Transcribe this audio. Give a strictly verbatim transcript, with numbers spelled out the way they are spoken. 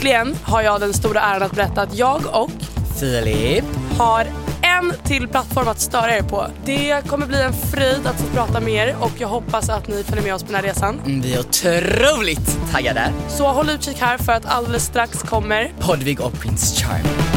Slutligen har jag den stora äran att berätta att jag och Filip har en till plattform att störa er på. Det kommer bli en fröjd att få prata med er och jag hoppas att ni följer med oss på den här resan. Vi är otroligt taggade. Så håll utkik här för att alldeles strax kommer Podvig och Prince Charming.